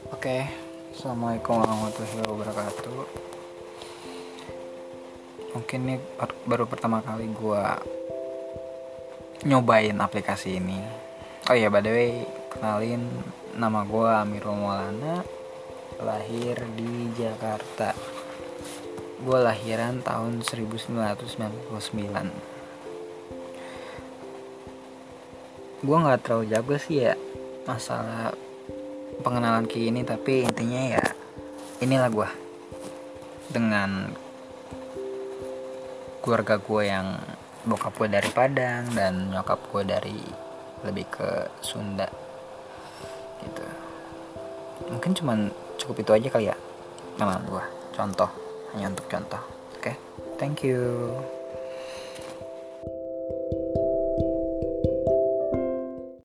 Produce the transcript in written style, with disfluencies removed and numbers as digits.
Oke, Assalamualaikum warahmatullahi wabarakatuh. Mungkin ini baru pertama kali gue nyobain aplikasi ini. Oh iya, by the way, kenalin, nama gue Amirul Maulana, lahir di Jakarta. Gue lahiran tahun 1999. Gue gak terlalu jago sih ya masalah pengenalan kayak gini, tapi intinya ya inilah gue dengan keluarga gue yang bokap gue dari Padang dan nyokap gue dari lebih ke Sunda gitu. Mungkin cuman cukup itu aja kali ya kenalan gue, contoh, hanya untuk contoh. Oke, thank you.